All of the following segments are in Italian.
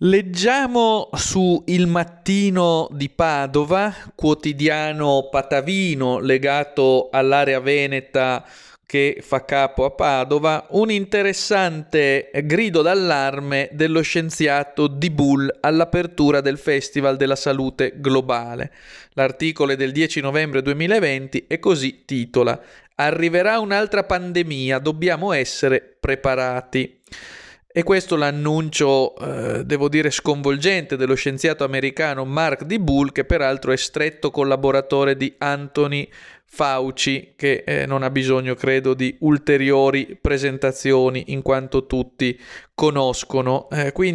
Leggiamo su Il Mattino di Padova, quotidiano patavino legato all'area veneta che fa capo a Padova, un interessante grido d'allarme dello scienziato Di Bull all'apertura del Festival della Salute Globale. L'articolo è del 10 novembre 2020 e così titola: Arriverà un'altra pandemia, dobbiamo essere preparati. E questo l'annuncio, devo dire, sconvolgente dello scienziato americano Mark Di Bull, che peraltro è stretto collaboratore di Anthony Fauci, che non ha bisogno, credo, di ulteriori presentazioni, in quanto tutti conoscono.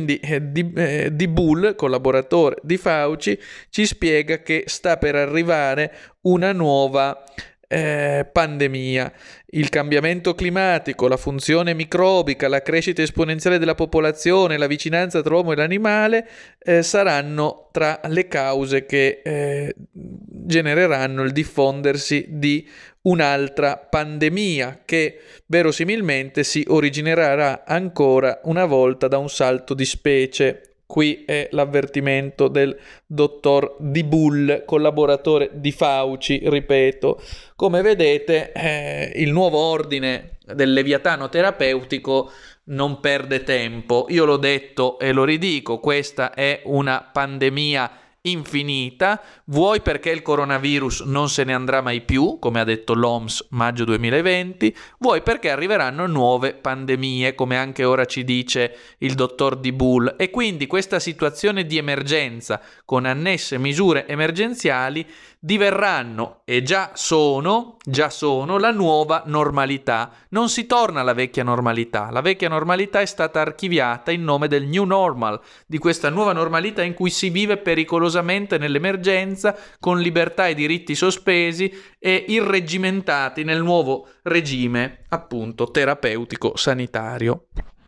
Di Bull, collaboratore di Fauci, ci spiega che sta per arrivare una nuova pandemia. Il cambiamento climatico, la funzione microbica, la crescita esponenziale della popolazione, la vicinanza tra l'uomo e l'animale saranno tra le cause che genereranno il diffondersi di un'altra pandemia che verosimilmente si originerà ancora una volta da un salto di specie. Qui è l'avvertimento del dottor Di Bull, collaboratore di Fauci, ripeto. Come vedete, il nuovo ordine del Leviatano terapeutico non perde tempo. Io l'ho detto e lo ridico, questa è una pandemia infinita, vuoi perché il coronavirus non se ne andrà mai più, come ha detto l'OMS maggio 2020, vuoi perché arriveranno nuove pandemie, come anche ora ci dice il dottor Di Bull, e quindi questa situazione di emergenza con annesse misure emergenziali diverranno, e già sono la nuova normalità. Non si torna alla vecchia normalità. La vecchia normalità è stata archiviata in nome del new normal, di questa nuova normalità in cui si vive pericolosamente nell'emergenza, con libertà e diritti sospesi e irreggimentati nel nuovo regime, appunto, terapeutico sanitario.